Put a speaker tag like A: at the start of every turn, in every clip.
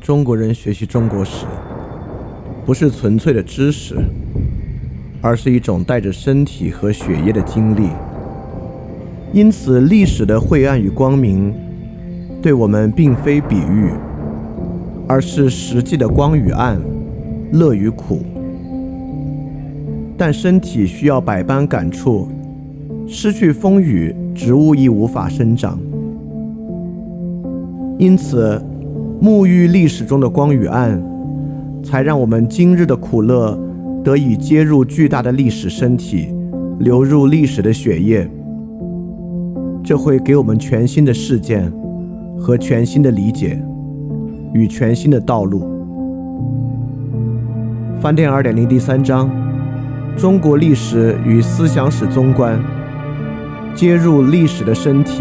A: 中国人学习中国史，不是纯粹的知识，而是一种带着身体和血液的经历。因此，历史的晦暗与光明，对我们并非比喻，而是实际的光与暗，乐与苦。但身体需要百般感触，失去风雨，植物亦无法生长。因此，沐浴历史中的光与暗，才让我们今日的苦乐得以接入巨大的历史身体，流入历史的血液。这会给我们全新的事件和全新的理解与全新的道路。翻店 2.0 第3章，中国历史与思想史综观，接入历史的身体。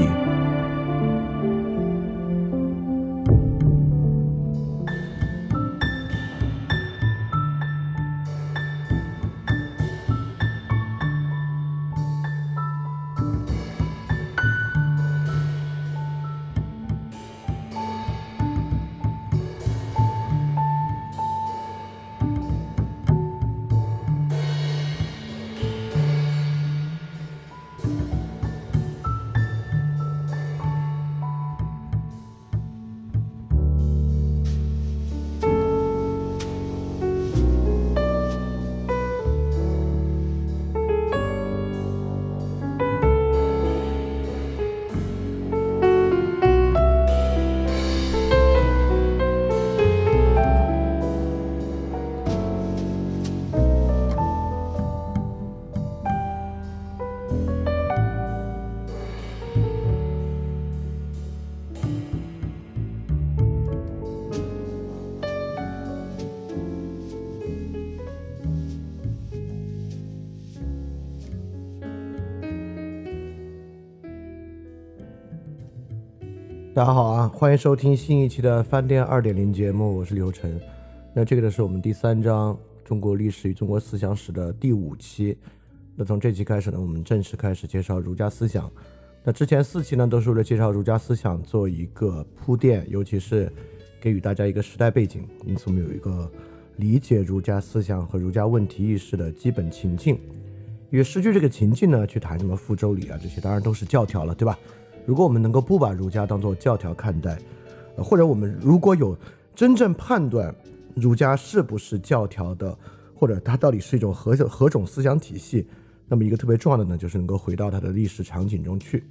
A: 大家好啊，欢迎收听新一期的翻店 2.0 节目，我是刘晨。那这个呢是我们第3章中国历史与中国思想史的第5期。那从这期开始呢，我们正式开始介绍儒家思想。那之前4期呢都是为了介绍儒家思想做一个铺垫，尤其是给予大家一个时代背景，因此我们有一个理解儒家思想和儒家问题意识的基本情境。因为失去这个情境呢，去谈什么傅周礼啊，这些当然都是教条了，对吧？如果我们能够不把儒家当作教条看待，或者我们如果有真正判断儒家是不是教条的，或者它到底是一种何种思想体系，那么一个特别重要的呢，就是能够回到它的历史场景中去。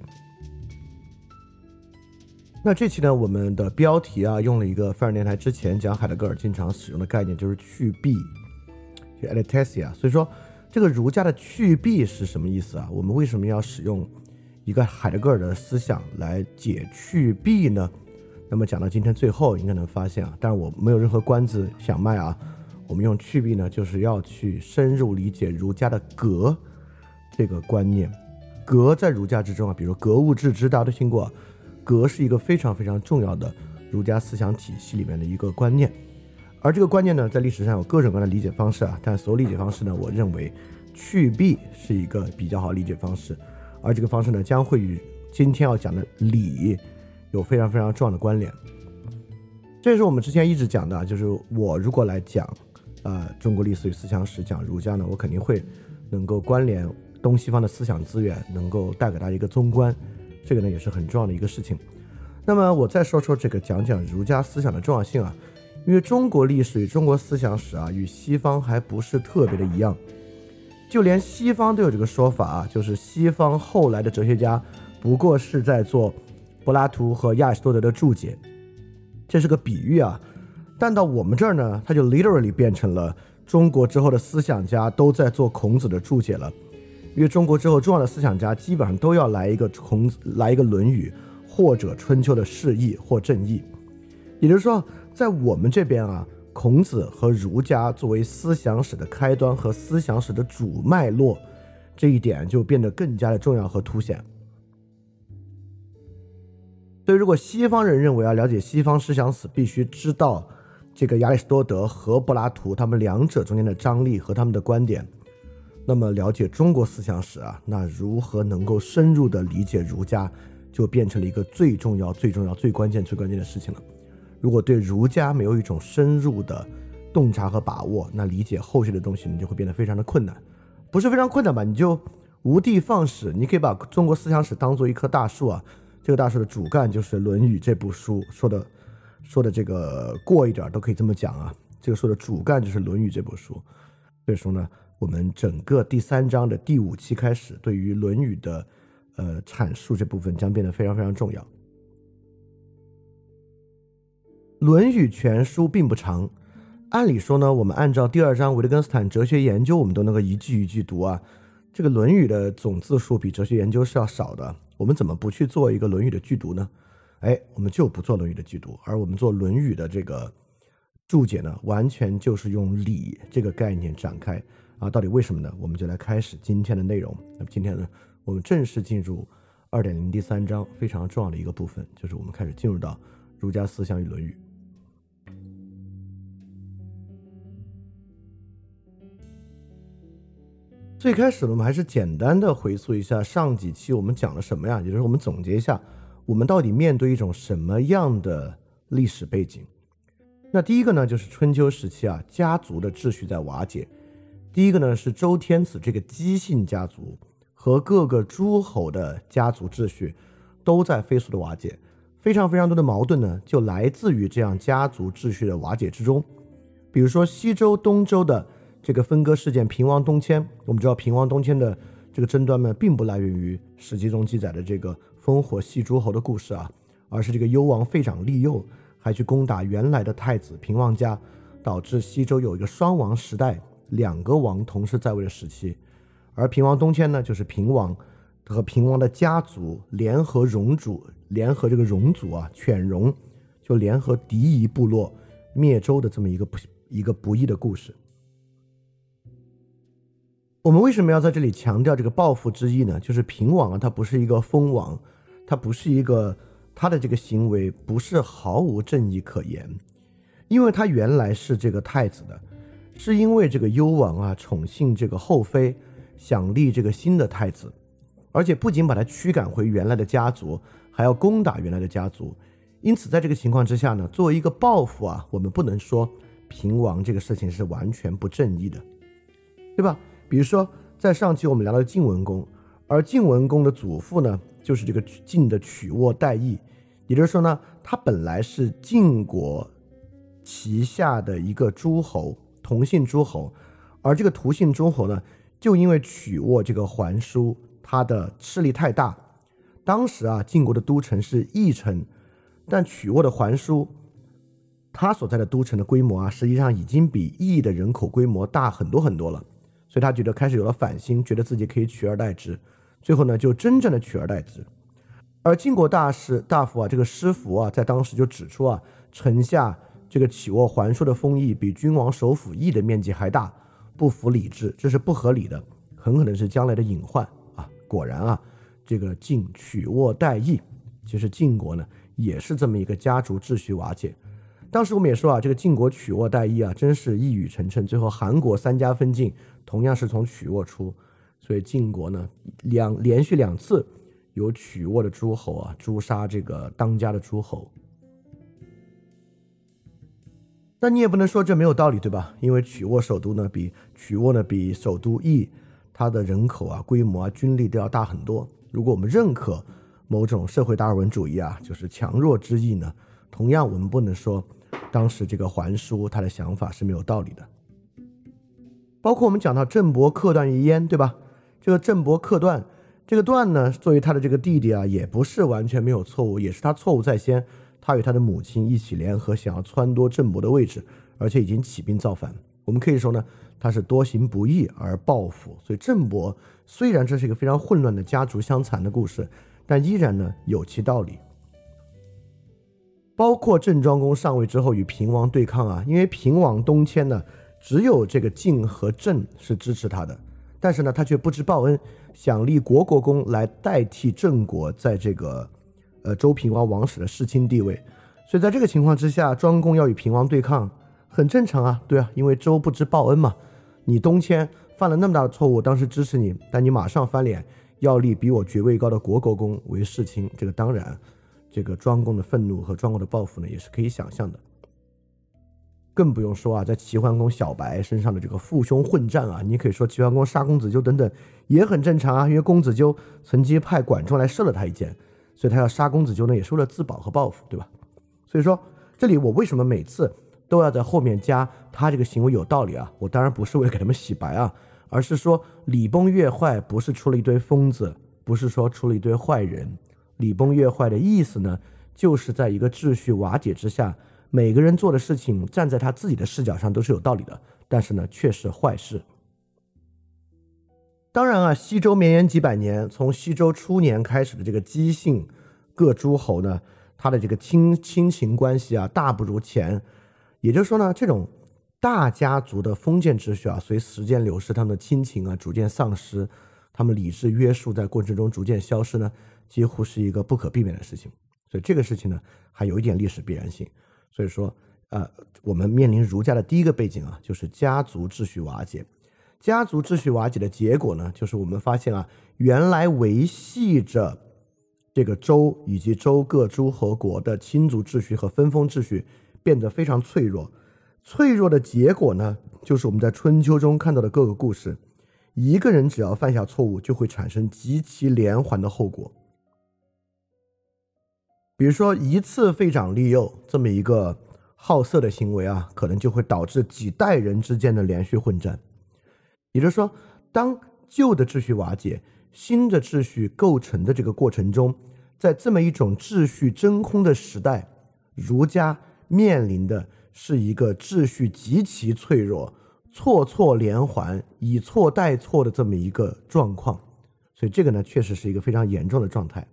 A: 那这期呢，我们的标题啊，用了一个范尔年台之前讲海德格尔经常使用的概念，就是去蔽，就 aletheia。所以说，这个儒家的去蔽是什么意思啊？我们为什么要使用一个海德格尔的思想来解去蔽呢？那么讲到今天最后应该能发现啊，但是我没有任何关子想卖啊，我们用去蔽呢，就是要去深入理解儒家的格这个观念。格在儒家之中啊，比如格物致知，大家都听过，格是一个非常非常重要的儒家思想体系里面的一个观念。而这个观念呢，在历史上有各种各样的理解方式啊，但所有理解方式呢，我认为去蔽是一个比较好理解方式。而这个方式呢，将会与今天要讲的礼有非常非常重要的关联。这也是我们之前一直讲的，就是我如果来讲中国历史与思想史，讲儒家呢，我肯定会能够关联东西方的思想资源，能够带给大家一个综观，这个呢也是很重要的一个事情。那么我再说说这个讲儒家思想的重要性啊，因为中国历史与中国思想史啊，与西方还不是特别的一样。就连西方都有这个说法啊，就是西方后来的哲学家不过是在做柏拉图和亚里士多德的注解，这是个比喻啊。但到我们这儿呢，它就 literally 变成了中国之后的思想家都在做孔子的注解了。因为中国之后重要的思想家基本上都要来一个孔子，来一个论语，或者春秋的释义或正义。也就是说，在我们这边啊，孔子和儒家作为思想史的开端和思想史的主脉络，这一点就变得更加的重要和凸显。所以如果西方人认为要了解西方思想史必须知道这个亚里士多德和柏拉图他们两者中间的张力和他们的观点，那么了解中国思想史啊，那如何能够深入的理解儒家，就变成了一个最重要、最关键的事情了。 如果对儒家没有一种深入的洞察和把握，那理解后续的东西你就会变得非常的困难。不是非常困难吧，你就无的放矢。你可以把中国思想史当做一棵大树啊，这个大树的主干就是《论语》这部书，说的这个过一点都可以这么讲啊，这个说的主干就是《论语》这部书。所以说呢，我们整个第3章的第5期开始，对于《论语》的阐述这部分将变得非常非常重要。《论语》全书并不长，按理说呢，我们按照第2章维特根斯坦哲学研究，我们都能够一句一句读啊。这个《论语》的总字数比哲学研究是要少的，我们怎么不去做一个《论语》的剧读呢？我们就不做《论语》的剧读，而我们做《论语》的这个注解呢，完全就是用理这个概念展开啊。到底为什么呢？我们就来开始今天的内容。那么今天呢，我们正式进入 2.0 第3章非常重要的一个部分，就是我们开始进入到儒家思想与《论语》。最开始呢，我们还是简单的回溯一下上几期我们讲了什么呀，也就是我们总结一下我们到底面对一种什么样的历史背景。那第一个呢，就是春秋时期啊，家族的秩序在瓦解。第一个呢，是周天子这个姬姓家族和各个诸侯的家族秩序都在飞速的瓦解，非常非常多的矛盾呢，就来自于这样家族秩序的瓦解之中。比如说西周、东周的这个分割事件，平王东迁，我们知道平王东迁的这个争端呢，并不来源于史记中记载的这个烽火戏诸侯的故事啊，而是这个幽王废长立幼，还去攻打原来的太子平王家，导致西周有一个双王时代，2个王同时在位的时期。而平王东迁呢，就是平王和平王的家族联合这个戎族啊，犬戎就联合敌夷部落灭周的这么一个不义的故事。我们为什么要在这里强调这个报复之意呢？就是平王啊，他不是一个封王，他的这个行为不是毫无正义可言，因为他原来是这个太子的，是因为这个幽王啊宠幸这个后妃，想立这个新的太子，而且不仅把他驱赶回原来的家族，还要攻打原来的家族。因此在这个情况之下呢，作为一个报复啊，我们不能说平王这个事情是完全不正义的，对吧？比如说在上期我们聊到晋文公，而晋文公的祖父呢，就是这个晋的曲沃代邑，也就是说呢，他本来是晋国旗下的一个诸侯，同姓诸侯，而这个同姓诸侯呢，就因为曲沃这个桓叔他的势力太大，当时啊晋国的都城是邑城，但曲沃的桓叔他所在的都城的规模啊，实际上已经比邑的人口规模大很多很多了，所以他觉得开始有了反心，觉得自己可以取而代之，最后呢就真正的取而代之。而晋国大夫啊，这个师服啊，在当时就指出啊，城下这个曲沃桓叔的封邑比君王首府邑的面积还大，不符礼制，这是不合理的，很可能是将来的隐患啊。果然啊，这个晋曲沃代邑，其实晋国呢也是这么一个家族秩序瓦解。当时我们也说啊，这个晋国曲沃代邑啊，真是一语成谶，最后韩国3家分晋同样是从曲沃出，所以晋国呢连续2次有曲沃的诸侯啊诛杀这个当家的诸侯。但你也不能说这没有道理，对吧？因为曲沃比首都邑它的人口啊、规模啊、军力都要大很多。如果我们认可某种社会达尔文主义啊，就是强弱之意呢，同样我们不能说当时这个桓叔他的想法是没有道理的。包括我们讲到郑伯克段于鄢，对吧？这个郑伯克段，这个段呢，作为他的这个弟弟啊，也不是完全没有错误，也是他错误在先，他与他的母亲一起联合，想要撺掇郑伯的位置，而且已经起兵造反。我们可以说呢，他是多行不义而报复。所以郑伯虽然这是一个非常混乱的家族相残的故事，但依然呢有其道理。包括郑庄公上位之后与平王对抗啊，因为平王东迁呢，只有这个晋和郑是支持他的，但是呢他却不知报恩，想立国公来代替郑国在这个周平王王室的世卿地位。所以在这个情况之下，庄公要与平王对抗很正常啊，对啊，因为周不知报恩嘛，你东迁犯了那么大的错误，当时支持你，但你马上翻脸要立比我爵位高的国公为世卿，这个当然这个庄公的愤怒和庄公的报复呢，也是可以想象的。更不用说啊，在齐桓公小白身上的这个父兄混战啊，你可以说齐桓公杀公子纠等等也很正常啊，因为公子纠曾经派管仲来射了他一箭，所以他要杀公子纠呢，也是为了自保和报复，对吧？所以说这里我为什么每次都要在后面加他这个行为有道理啊？我当然不是为了给他们洗白啊，而是说礼崩乐坏不是出了一堆疯子，不是说出了一堆坏人。礼崩乐坏的意思呢，就是在一个秩序瓦解之下，每个人做的事情站在他自己的视角上都是有道理的，但是呢却是坏事。当然啊，西周绵延几百年，从西周初年开始的这个姬姓各诸侯呢，他的这个亲情关系啊大不如前。也就是说呢，这种大家族的封建秩序啊，随时间流逝，他们的亲情啊逐渐丧失，他们理智约束在过程中逐渐消失呢，几乎是一个不可避免的事情。所以这个事情呢还有一点历史必然性。所以说我们面临儒家的第一个背景啊，就是家族秩序瓦解。家族秩序瓦解的结果呢，就是我们发现啊，原来维系着这个周以及周各诸侯国的亲族秩序和分封秩序变得非常脆弱。脆弱的结果呢，就是我们在春秋中看到的各个故事，一个人只要犯下错误，就会产生极其连环的后果。比如说一次废长立幼这么一个好色的行为啊，可能就会导致几代人之间的连续混战。也就是说，当旧的秩序瓦解，新的秩序构成的这个过程中，在这么一种秩序真空的时代，儒家面临的是一个秩序极其脆弱、错连环、以错代错的这么一个状况。所以这个呢，确实是一个非常严重的状态。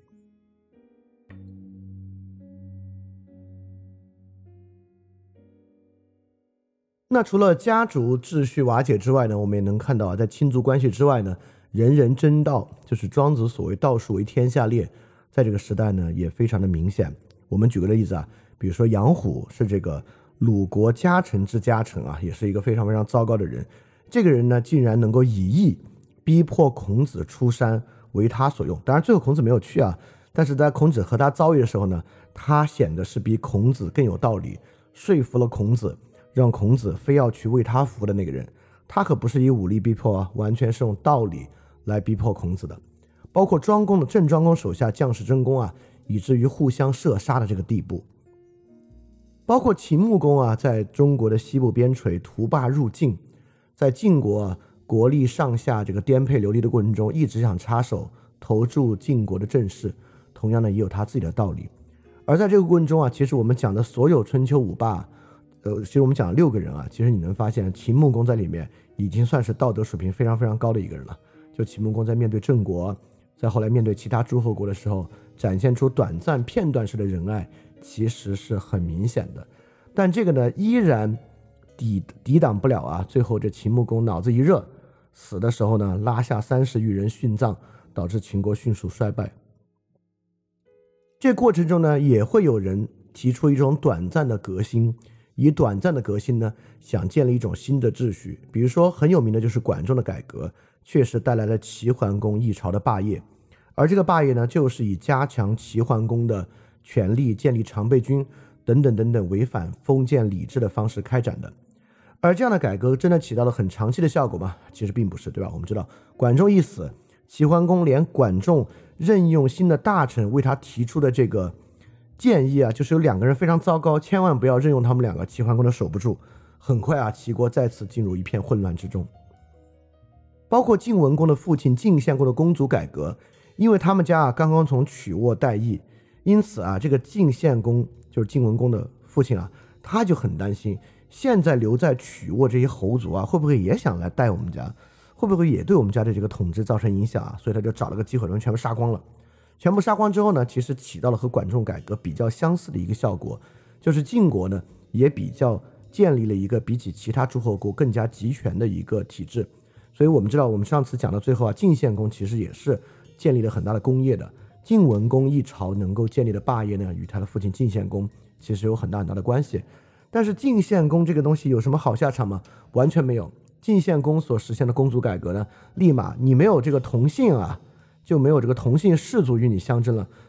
A: 那除了家族秩序瓦解之外呢，我们也能看到啊，在亲族关系之外呢，人人争道，就是庄子所谓道术为天下列，在这个时代呢也非常的明显。我们举个例子啊，比如说杨虎是这个鲁国家臣之家臣啊，也是一个非常非常糟糕的人。这个人呢，竟然能够以义逼迫孔子出山为他所用。当然最后孔子没有去啊，但是在孔子和他遭遇的时候呢，他显得是比孔子更有道理，说服了孔子，让孔子非要去为他服的那个人。他可不是以武力逼迫啊，完全是用道理来逼迫孔子的。包括庄公的郑庄公手下将士争功啊，以至于互相射杀的这个地步。包括秦穆公啊，在中国的西部边陲屠霸入晋，在晋国啊国力上下这个颠沛流离的过程中，一直想插手投注晋国的政事，同样呢也有他自己的道理。而在这个过程中啊，其实我们讲的所有春秋五霸，其实我们讲了6个人啊，其实你能发现秦穆公在里面已经算是道德水平非常非常高的一个人了。就秦穆公在面对郑国，在后来面对其他诸侯国的时候，展现出短暂片段式的仁爱，其实是很明显的。但这个呢，依然抵挡不了啊，最后这秦穆公脑子一热，死的时候呢，拉下30余人殉葬，导致秦国迅速衰败。这过程中呢，也会有人提出一种短暂的革新，以短暂的革新呢，想建立一种新的秩序。比如说很有名的就是管仲的改革，确实带来了齐桓公一朝的霸业。而这个霸业呢，就是以加强齐桓公的权力、建立常备军等等等等违反封建礼制的方式开展的。而这样的改革真的起到了很长期的效果吗？其实并不是，对吧？我们知道管仲一死，齐桓公连管仲任用新的大臣为他提出的这个建议啊，就是有2个人非常糟糕，千万不要任用他们2个，齐桓公都守不住。很快啊，齐国再次进入一片混乱之中。包括晋文公的父亲晋献公的公族改革，因为他们家啊刚刚从曲沃代邑，因此啊，这个晋献公就是晋文公的父亲啊，他就很担心，现在留在曲沃这些侯族啊，会不会也想来带我们家，会不会也对我们家的这个统治造成影响啊？所以他就找了个机会，全部杀光了。全部杀光之后呢，其实起到了和管仲改革比较相似的一个效果，就是晋国呢也比较建立了一个比起其他诸侯国更加集权的一个体制。所以我们知道，我们上次讲到最后啊，晋献公其实也是建立了很大的功业的。晋文公一朝能够建立的霸业呢，与他的父亲晋献公其实有很大很大的关系。但是晋献公这个东西有什么好下场吗？完全没有。晋献公所实现的公族改革呢，立马你没有这个同姓啊，就没有这个同姓氏族与你相争了，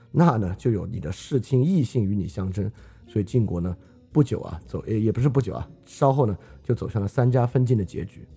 A: 那呢就有你的世亲异姓与你相争。所以晋国呢不久啊也不是不久啊，稍后呢就走向了三家分晋的结局。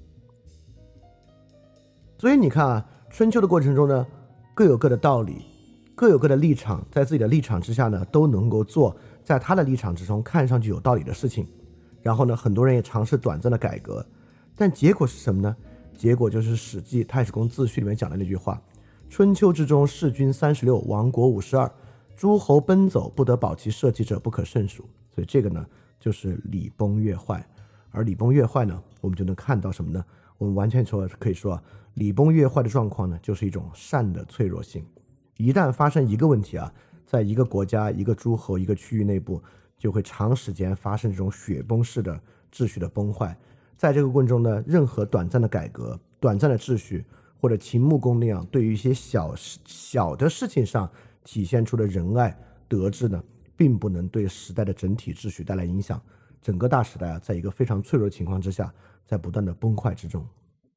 A: 所以你看啊，春秋的过程中呢，各有各的道理，各有各的立场，在自己的立场之下呢，都能够做在他的立场之中看上去有道理的事情。然后呢，很多人也尝试短暂的改革，但结果是什么呢？结果就是《史记·太史公自序》里面讲的那句话：春秋之中，弑君36，亡国52，诸侯奔走，不得保其社稷者不可胜数。所以这个呢，就是礼崩乐坏。而礼崩乐坏呢，我们就能看到什么呢？我们完全可以说礼崩乐坏的状况呢，就是一种善的脆弱性。一旦发生一个问题啊，在一个国家、一个诸侯、一个区域内部，就会长时间发生这种雪崩式的秩序的崩坏。在这个过程中呢，任何短暂的改革、短暂的秩序，或者秦穆公那样对于一些小的事情上体现出的仁爱、德治呢，并不能对时代的整体秩序带来影响。整个大时代啊，在一个非常脆弱的情况之下，在不断的崩坏之中。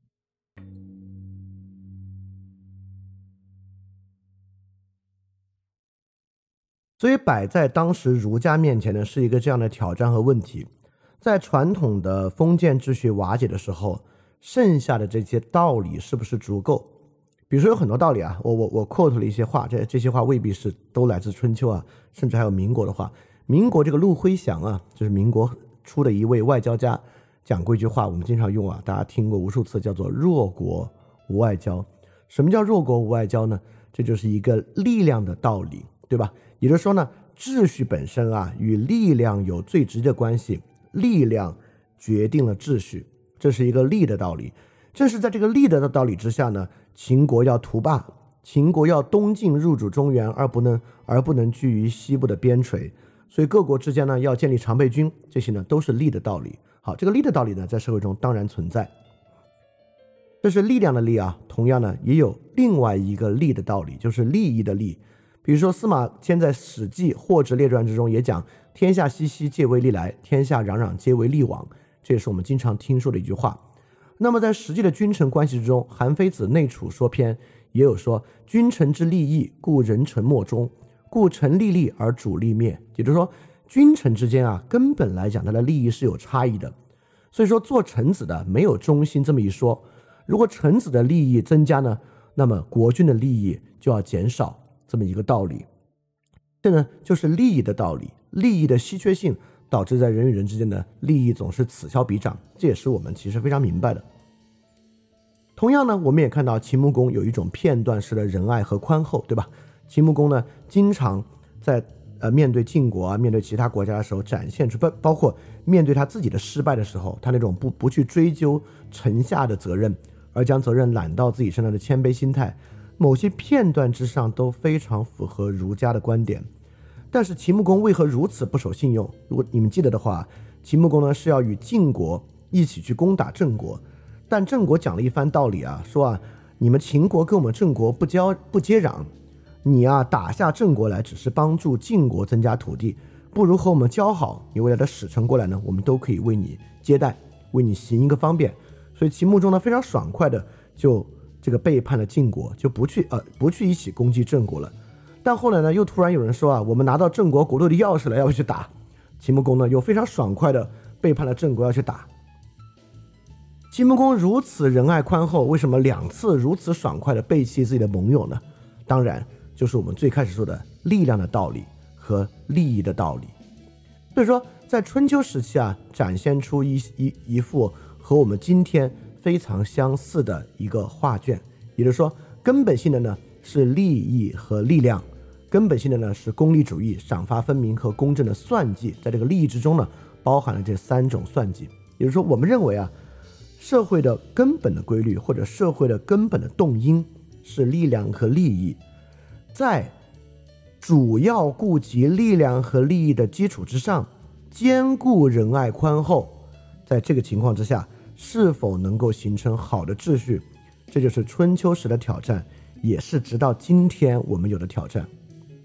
A: 所以摆在当时儒家面前的是一个这样的挑战和问题。在传统的封建秩序瓦解的时候，剩下的这些道理是不是足够？比如说有很多道理啊，我 quote 了一些话，这些话未必是都来自春秋啊，甚至还有民国的话。民国这个陆辉祥啊，就是民国出的一位外交家，讲过一句话，我们经常用啊，大家听过无数次，叫做弱国无外交。什么叫弱国无外交呢？这就是一个力量的道理，对吧？也就是说呢，秩序本身啊与力量有最直接的关系，力量决定了秩序，这是一个力的道理。正是在这个力的道理之下呢，秦国要图霸，秦国要东进入主中原，而不能居于西部的边陲。所以各国之间呢要建立常备军，这些呢都是力的道理。好，这个力的道理呢在社会中当然存在，这是力量的力啊。同样呢也有另外一个力的道理，就是利益的利。比如说司马迁在《史记·货殖列传》之中也讲，天下熙熙，皆为利来，天下攘攘，皆为利往。这也是我们经常听说的一句话。那么在实际的君臣关系之中，韩非子《内储说篇》也有说，君臣之利益，故人臣莫忠，故臣利利而主利灭。也就是说，君臣之间啊，根本来讲它的利益是有差异的。所以说做臣子的没有忠心这么一说，如果臣子的利益增加呢，那么国君的利益就要减少，这么一个道理。这呢就是利益的道理，利益的稀缺性导致在人与人之间的利益总是此消彼长，这也是我们其实非常明白的。同样呢，我们也看到秦穆公有一种片段式的仁爱和宽厚，对吧？秦穆公呢经常在面对晋国啊，面对其他国家的时候展现出，包括面对他自己的失败的时候，他那种不去追究臣下的责任，而将责任揽到自己身上的谦卑心态，某些片段之上都非常符合儒家的观点。但是秦穆公为何如此不守信用？如果你们记得的话，秦穆公呢是要与晋国一起去攻打郑国，但郑国讲了一番道理啊，说啊，你们秦国跟我们郑国不接壤，你啊打下郑国来只是帮助晋国增加土地，不如和我们交好，你未来的使臣过来呢，我们都可以为你接待，为你行一个方便。所以秦穆公呢非常爽快的就这个背叛了晋国，就不去一起攻击郑国了。但后来呢，又突然有人说啊，我们拿到郑国国土的钥匙了，要不去打？秦穆公呢，又非常爽快的背叛了郑国，要去打。秦穆公如此仁爱宽厚，为什么2次如此爽快的背弃自己的盟友呢？当然，就是我们最开始说的力量的道理和利益的道理。所以说，在春秋时期啊，展现出一幅和我们今天非常相似的一个画卷，也就是说，根本性的呢是利益和力量。根本性的呢是功利主义、赏罚分明和公正的算计，在这个利益之中呢，包含了这3种算计。也就是说，我们认为啊，社会的根本的规律或者社会的根本的动因是力量和利益，在主要顾及力量和利益的基础之上，兼顾仁爱宽厚，在这个情况之下，是否能够形成好的秩序，这就是春秋时的挑战，也是直到今天我们有的挑战。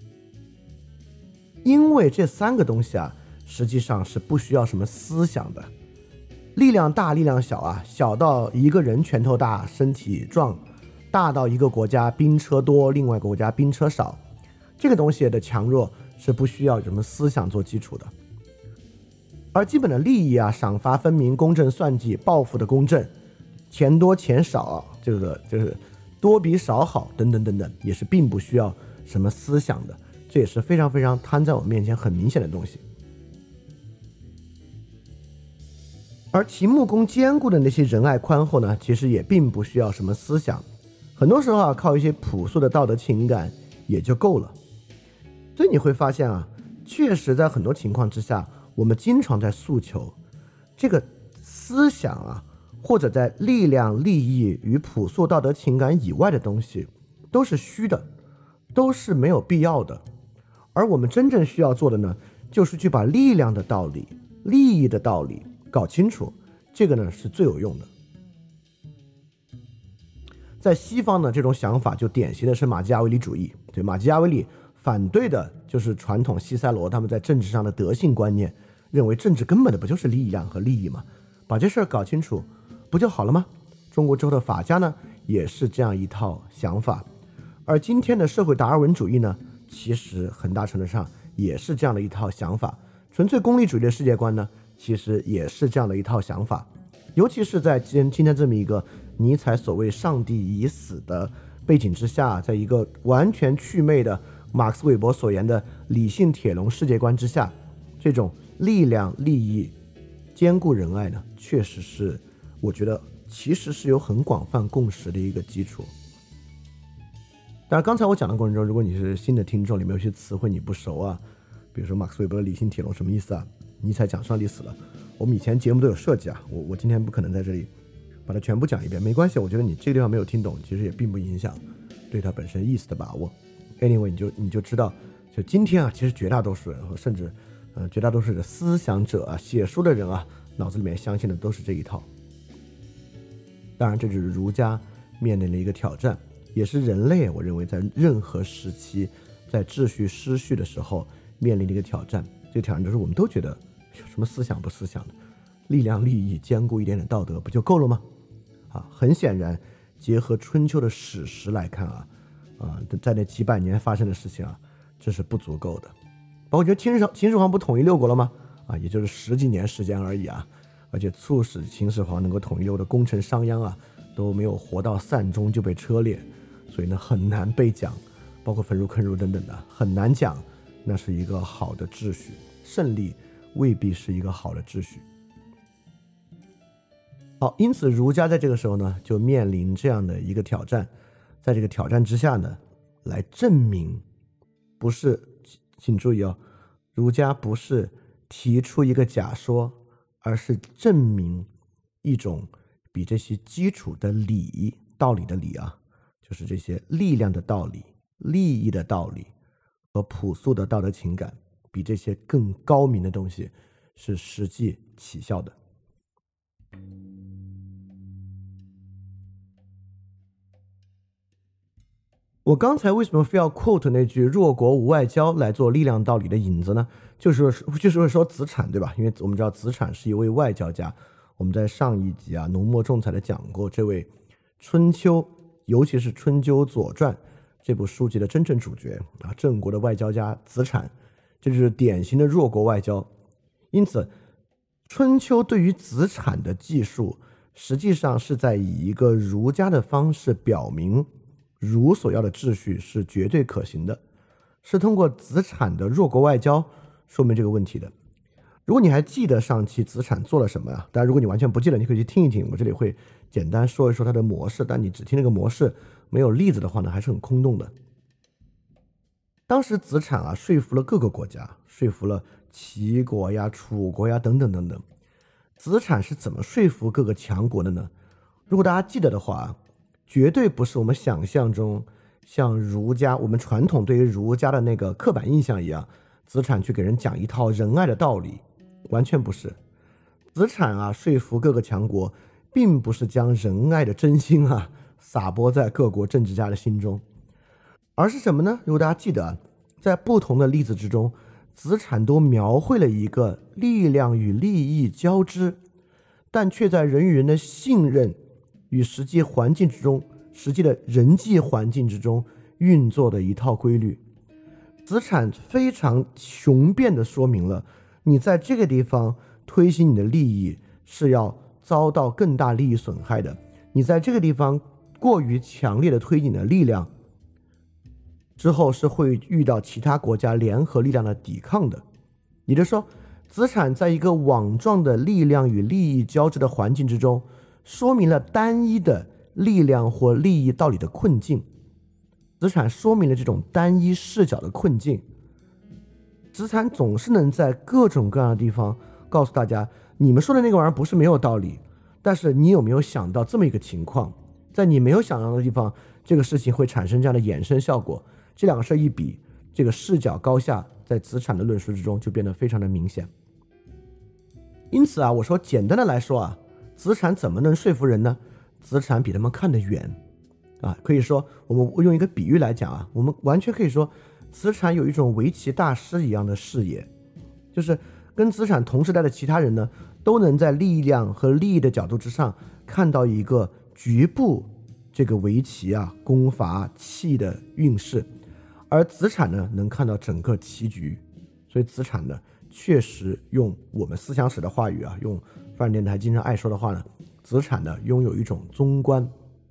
A: 因为这3个东西啊，实际上是不需要什么思想的。力量大力量小啊，小到一个人拳头大身体壮，大到一个国家兵车多另外一个国家兵车少， 这个东西的强弱是不需要什么思想做基础的。而基本的利益啊，赏罚分明、公正算计、报复的公正、钱多钱少，就是多比少好等等等等，也是并不需要什么思想的，这也是非常非常摊在我们面前很明显的东西。而秦穆公兼顾的那些仁爱宽厚呢，其实也并不需要什么思想，很多时候啊，靠一些朴素的道德情感也就够了。所以你会发现啊，确实在很多情况之下，我们经常在诉求这个思想啊，或者在力量、利益与朴素道德情感以外的东西，都是虚的，都是没有必要的。而我们真正需要做的呢，就是去把力量的道理、利益的道理搞清楚，这个呢是最有用的。在西方呢，这种想法就典型的是马基雅维里主义。对，马基雅维里反对的就是传统西塞罗他们在政治上的德性观念，认为政治根本的不就是力量和利益吗？把这事儿搞清楚不就好了吗？中国之后的法家呢，也是这样一套想法。而今天的社会达尔文主义呢，其实很大程度上也是这样的一套想法。纯粹功利主义的世界观呢，其实也是这样的一套想法。尤其是在今天这么一个尼采所谓上帝已死的背景之下，在一个完全祛魅的马克思韦伯所言的理性铁笼世界观之下，这种力量、利益兼顾仁爱呢，确实是我觉得其实是有很广泛共识的一个基础。当然刚才我讲的过程中，如果你是新的听众，里面有些词汇你不熟啊，比如说马克思韦伯的理性铁笼什么意思啊，尼采讲上帝死了，我们以前节目都有设计啊，我今天不可能在这里把它全部讲一遍，没关系，我觉得你这个地方没有听懂，其实也并不影响对它本身意思的把握。Anyway， 你就知道，就今天啊，其实绝大多数人，甚至绝大多数的思想者啊、写书的人啊，脑子里面相信的都是这一套。当然，这就是儒家面临的一个挑战，也是人类我认为在任何时期在秩序失序的时候面临的一个挑战。这个挑战就是我们都觉得什么思想不思想的，力量利益兼顾一点点道德不就够了吗？很显然，结合春秋的史实来看在那几百年发生的事情啊，这是不足够的。包括觉得秦始皇不统一六国了吗？也就是10几年时间而已啊，而且促使秦始皇能够统一六国的功臣商鞅啊，都没有活到善终就被车裂，所以呢很难被讲，包括焚书坑儒等等的，很难讲那是一个好的秩序，胜利未必是一个好的秩序。好，因此儒家在这个时候呢，就面临这样的一个挑战，在这个挑战之下呢，来证明，不是，请注意儒家不是提出一个假说，而是证明一种比这些基础的理，道理的理就是这些力量的道理、利益的道理和朴素的道德情感，比这些更高明的东西是实际起效的。我刚才为什么非要 quote 那句弱国无外交来做力量道理的引子呢？就是说子产，对吧？因为我们知道子产是一位外交家，我们在上一集浓墨重彩的讲过，这位春秋，尤其是春秋左传这部书籍的真正主角郑国的外交家子产，这就是典型的弱国外交。因此春秋对于子产的记述，实际上是在以一个儒家的方式表明儒所要的秩序是绝对可行的，是通过子产的弱国外交说明这个问题的。如果你还记得上期子产做了什么当然如果你完全不记得，你可以去听一听，我这里会简单说一说它的模式，但你只听那个模式没有例子的话呢，还是很空洞的。当时子产说服了各个国家，说服了齐国楚国等等等等。子产是怎么说服各个强国的呢？如果大家记得的话，绝对不是我们想象中像儒家，我们传统对于儒家的那个刻板印象一样，子产去给人讲一套仁爱的道理，完全不是。子产说服各个强国，并不是将仁爱的真心撒播在各国政治家的心中，而是什么呢？如果大家记得在不同的例子之中，子产都描绘了一个力量与利益交织，但却在人与人的信任与实际环境之中，实际的人际环境之中运作的一套规律。 资产非常雄辩地说明了，你在这个地方推行你的利益是要遭到更大利益损害的，你在这个地方过于强烈的推进你的力量之后，是会遇到其他国家联合力量的抵抗的。也就是说，资产在一个网状的力量与利益交织的环境之中，说明了单一的力量或利益道理的困境。资产说明了这种单一视角的困境。资产总是能在各种各样的地方告诉大家，你们说的那个玩意儿不是没有道理，但是你有没有想到这么一个情况，在你没有想到的地方，这个事情会产生这样的衍生效果。这两个事一比，这个视角高下在资产的论述之中就变得非常的明显。因此啊，我说简单的来说啊，资产怎么能说服人呢？资产比他们看得远啊，可以说我们用一个比喻来讲啊，我们完全可以说资产有一种围棋大师一样的视野，就是跟资产同时代的其他人呢，都能在力量和利益的角度之上看到一个局部这个围棋啊攻伐气的运势，而资产呢能看到整个棋局。所以资产呢确实用我们思想史的话语啊，用范儿电台经常爱说的话呢，资产呢拥有一种综观。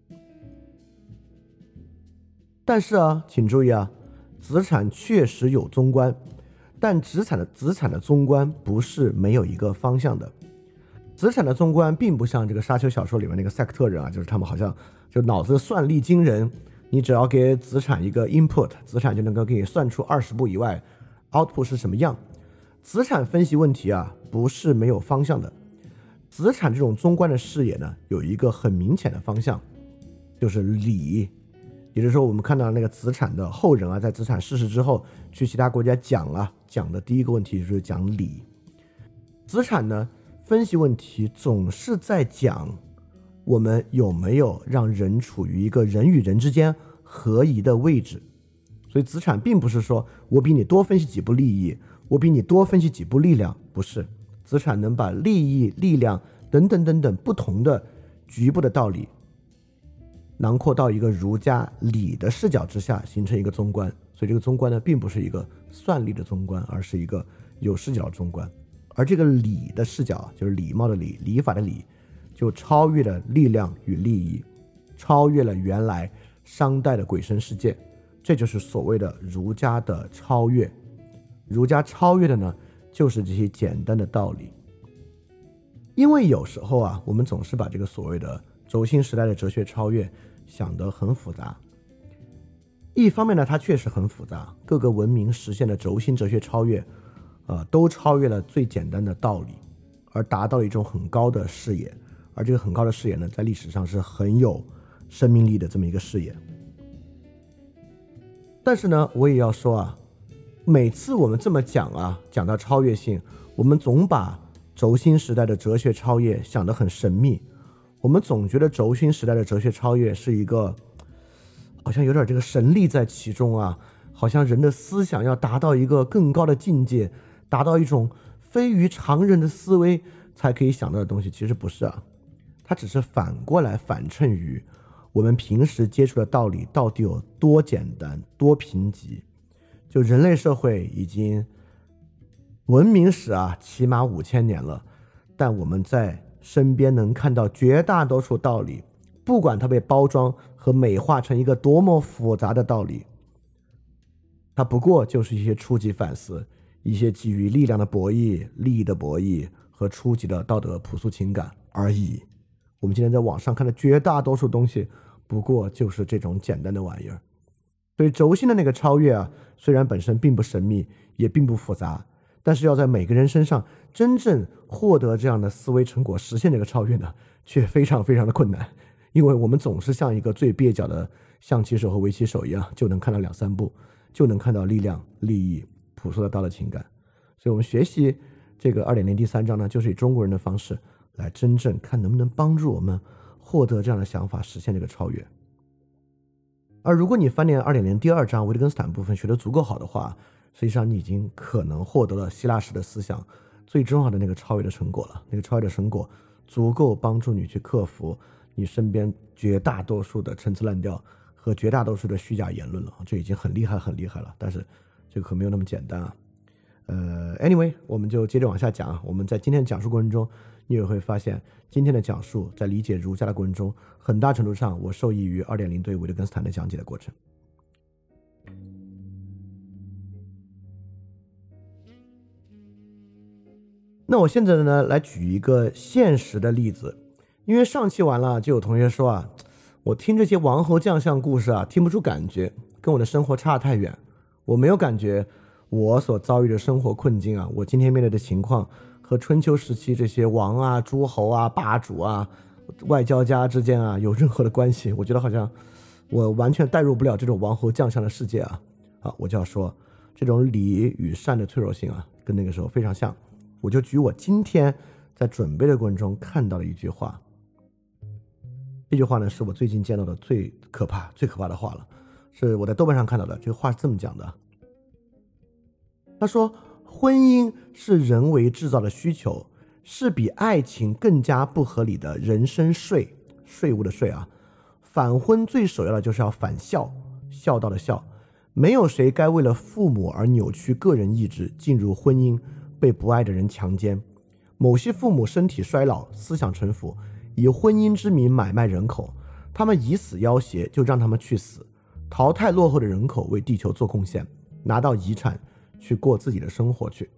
A: 但是啊，请注意啊，资产确实有综观，但资产的综观不是没有一个方向的。资产的综观并不像这个沙丘小说里面那个赛克特人啊，就是他们好像就脑子算力惊人，你只要给资产一个 input， 资产就能够给你算出20步以外 output 是什么样。资产分析问题啊，不是没有方向的。资产这种综观的视野呢，有一个很明显的方向，就是理。也就是说，我们看到那个资产的后人啊，在资产逝世之后，去其他国家讲的第一个问题就是讲理。资产呢，分析问题总是在讲我们有没有让人处于一个人与人之间合宜的位置。所以资产并不是说我比你多分析几步利益，我比你多分析几步力量，不是。资产能把利益、力量等等等等不同的局部的道理囊括到一个儒家理的视角之下，形成一个综观。所以这个综观呢，并不是一个算力的综观，而是一个有视角的综观。而这个理的视角，就是礼貌的礼，礼法的礼，就超越了力量与利益，超越了原来商代的鬼神世界。这就是所谓的儒家的超越。儒家超越的呢，就是这些简单的道理。因为有时候啊，我们总是把这个所谓的轴心时代的哲学超越想得很复杂。一方面呢，它确实很复杂，各个文明实现的轴心哲学超越都超越了最简单的道理，而达到了一种很高的视野。而这个很高的视野呢，在历史上是很有生命力的这么一个视野。但是呢，我也要说啊，每次我们这么讲啊，讲到超越性，我们总把轴心时代的哲学超越想得很神秘。我们总觉得轴心时代的哲学超越是一个好像有点这个神力在其中啊，好像人的思想要达到一个更高的境界，达到一种非于常人的思维才可以想到的东西。其实不是啊，它只是反过来反衬于我们平时接触的道理到底有多简单多贫瘠。就人类社会已经文明史啊起码5000年了，但我们在身边能看到绝大多数道理，不管它被包装和美化成一个多么复杂的道理，它不过就是一些初级反思，一些基于力量的博弈、利益的博弈和初级的道德朴素情感而已。我们今天在网上看的绝大多数东西，不过就是这种简单的玩意儿。所以轴心的那个超越啊，虽然本身并不神秘，也并不复杂，但是要在每个人身上真正获得这样的思维成果，实现这个超越呢，却非常非常的困难。因为我们总是像一个最蹩脚的象棋手和围棋手一样，就能看到2-3步，就能看到力量、利益、朴素的道德情感。所以我们学习这个 2.0 第3章呢，就是以中国人的方式来真正看能不能帮助我们获得这样的想法，实现这个超越。而如果你翻念 2.0 第2章维特根斯坦部分学得足够好的话，实际上你已经可能获得了希腊式的思想最重要的那个超越的成果了。那个超越的成果足够帮助你去克服你身边绝大多数的陈词滥调和绝大多数的虚假言论了，这已经很厉害很厉害了。但是这个可没有那么简单啊。anyway， 我们就接着往下讲啊。我们在今天的讲述过程中，你也会发现，今天的讲述在理解儒家的过程中，很大程度上我受益于 2.0 对维特根斯坦的讲解的过程。那我现在呢，来举一个现实的例子，因为上期完了，就有同学说啊，我听这些王侯将相故事啊，听不出感觉，跟我的生活差太远，我没有感觉我所遭遇的生活困境啊，我今天面对的情况和春秋时期这些王啊、诸侯啊、霸主啊、外交家之间啊有任何的关系。我觉得好像我完全带入不了这种王侯将相的世界啊。我就要说，这种礼与善的脆弱性啊，跟那个时候非常像。我就举我今天在准备的过程中看到的一句话，这句话呢是我最近见到的最可怕的话了，是我在豆瓣上看到的。这个话是这么讲的，他说，婚姻是人为制造的需求，是比爱情更加不合理的人身税，税务的税啊。反婚最首要的就是要反孝，孝道的孝。没有谁该为了父母而扭曲个人意志，进入婚姻被不爱的人强奸。某些父母身体衰老，思想陈腐，以婚姻之名买卖人口，他们以死要挟，就让他们去死，淘汰落后的人口，为地球做贡献，拿到遗产去过自己的生活去。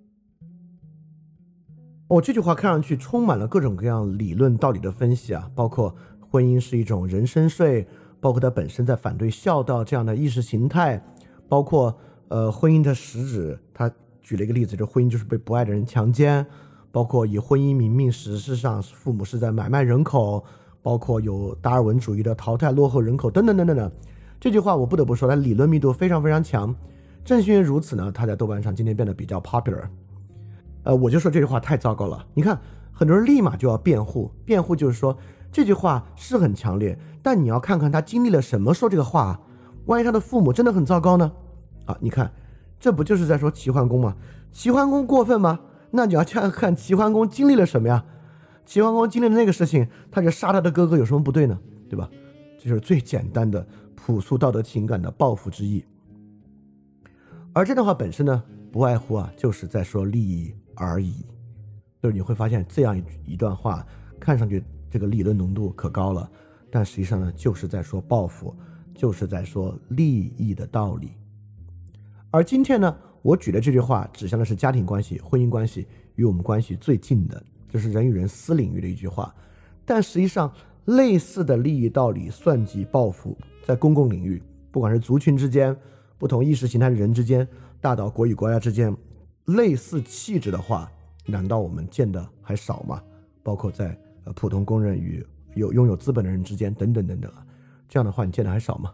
A: 这句话看上去充满了各种各样理论道理的分析啊，包括婚姻是一种人身税，包括它本身在反对孝道这样的意识形态，包括婚姻的实质，他举了一个例子，就是婚姻就是被不爱的人强奸，包括以婚姻名命，实质上父母是在买卖人口，包括有达尔文主义的淘汰落后人口等等等等等。这句话我不得不说，它理论密度非常非常强。正是因为如此呢，它在豆瓣上今天变得比较 popular。我就说这句话太糟糕了。你看，很多人立马就要辩护，辩护就是说这句话是很强烈，但你要看看他经历了什么说这个话。万一他的父母真的很糟糕呢？你看，这不就是在说齐桓公吗？齐桓公过分吗？那你要看齐桓公经历了什么呀？齐桓公经历了那个事情，他就杀他的哥哥有什么不对呢？对吧？这就是最简单的朴素道德情感的报复之意。而这段话本身呢，不外乎就是在说利益而已。就是你会发现这样一段话看上去这个理论浓度可高了，但实际上呢，就是在说报复，就是在说利益的道理。而今天呢，我举的这句话指向的是家庭关系、婚姻关系与我们关系最近的，就是人与人私领域的一句话。但实际上类似的利益道理、算计、报复，在公共领域，不管是族群之间、不同意识形态的人之间，大到国与国家之间，类似气质的话，难道我们见的还少吗？包括在普通工人与拥有资本的人之间等等等等，这样的话你见的还少吗？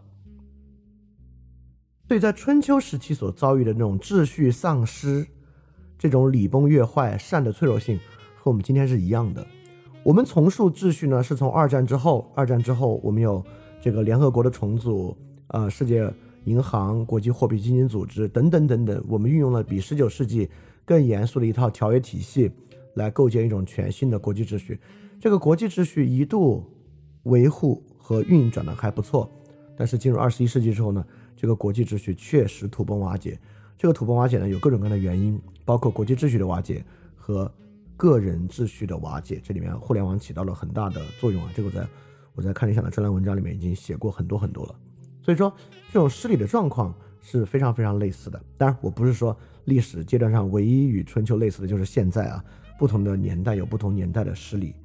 A: 所以在春秋时期所遭遇的那种秩序丧失，这种礼崩乐坏、善的脆弱性，和我们今天是一样的。我们重塑秩序呢，是从二战之后我们有这个联合国的重组，世界银行、国际货币基金组织等等等等，我们运用了比19世纪更严肃的一套条约体系来构建一种全新的国际秩序。这个国际秩序一度维护和运转的还不错，但是进入21世纪之后呢，这个国际秩序确实土崩瓦解。这个土崩瓦解呢，有各种各样的原因，包括国际秩序的瓦解和个人秩序的瓦解，这里面互联网起到了很大的作用啊。这个我在看理想的专栏文章里面已经写过很多很多了。所以说这种失礼的状况是非常非常类似的。当然我不是说历史阶段上唯一与春秋类似的就是现在啊，不同的年代有不同年代的失礼。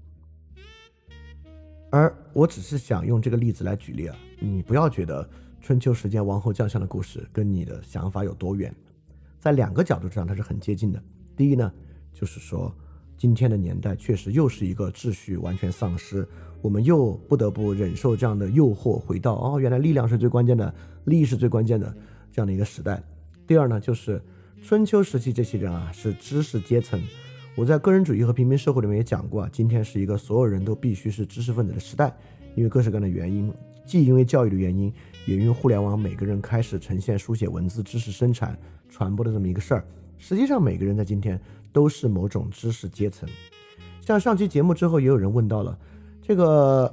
A: 而我只是想用这个例子来举例啊，你不要觉得春秋时间王侯将相的故事跟你的想法有多远，在两个角度上它是很接近的。第一呢，就是说今天的年代确实又是一个秩序完全丧失，我们又不得不忍受这样的诱惑，回到原来力量是最关键的，利益是最关键的这样的一个时代。第二呢，就是春秋时期这些人是知识阶层。我在个人主义和平民社会里面也讲过今天是一个所有人都必须是知识分子的时代，因为各式各样的原因，既因为教育的原因，也因为互联网每个人开始呈现书写文字、知识生产、传播的这么一个事儿。实际上每个人在今天都是某种知识阶层。像上期节目之后也有人问到了，这个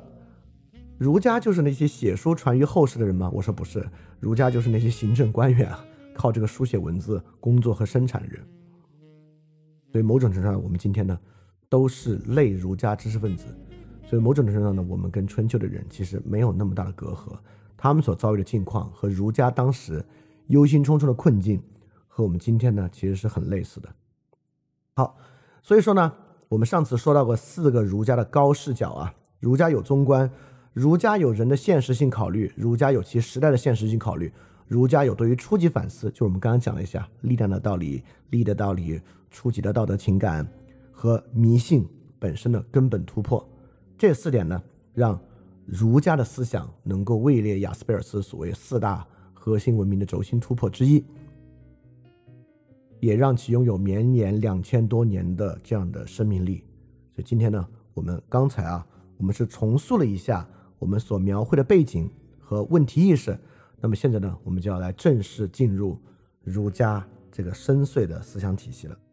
A: 儒家就是那些写书传于后世的人吗？我说不是，儒家就是那些行政官员靠这个书写文字工作和生产的人。所以某种程度上，我们今天呢都是类儒家知识分子，所以某种程度上呢，我们跟春秋的人其实没有那么大的隔阂，他们所遭遇的境况和儒家当时忧心忡忡的困境和我们今天呢其实是很类似的。好，所以说呢，我们上次说到过4个儒家的高视角啊，儒家有宗观，儒家有人的现实性考虑，儒家有其时代的现实性考虑，儒家有对于初级反思，就是我们刚刚讲了一下力量的道理、利的道理、初级的道德情感和迷信本身的根本突破。这4点呢，让儒家的思想能够位列雅斯贝尔斯所谓4大核心文明的轴心突破之一，也让其拥有绵延2000多年的这样的生命力。所以今天呢，我们刚才我们是重塑了一下我们所描绘的背景和问题意识，那么现在呢，我们就要来正式进入儒家这个深邃的思想体系了。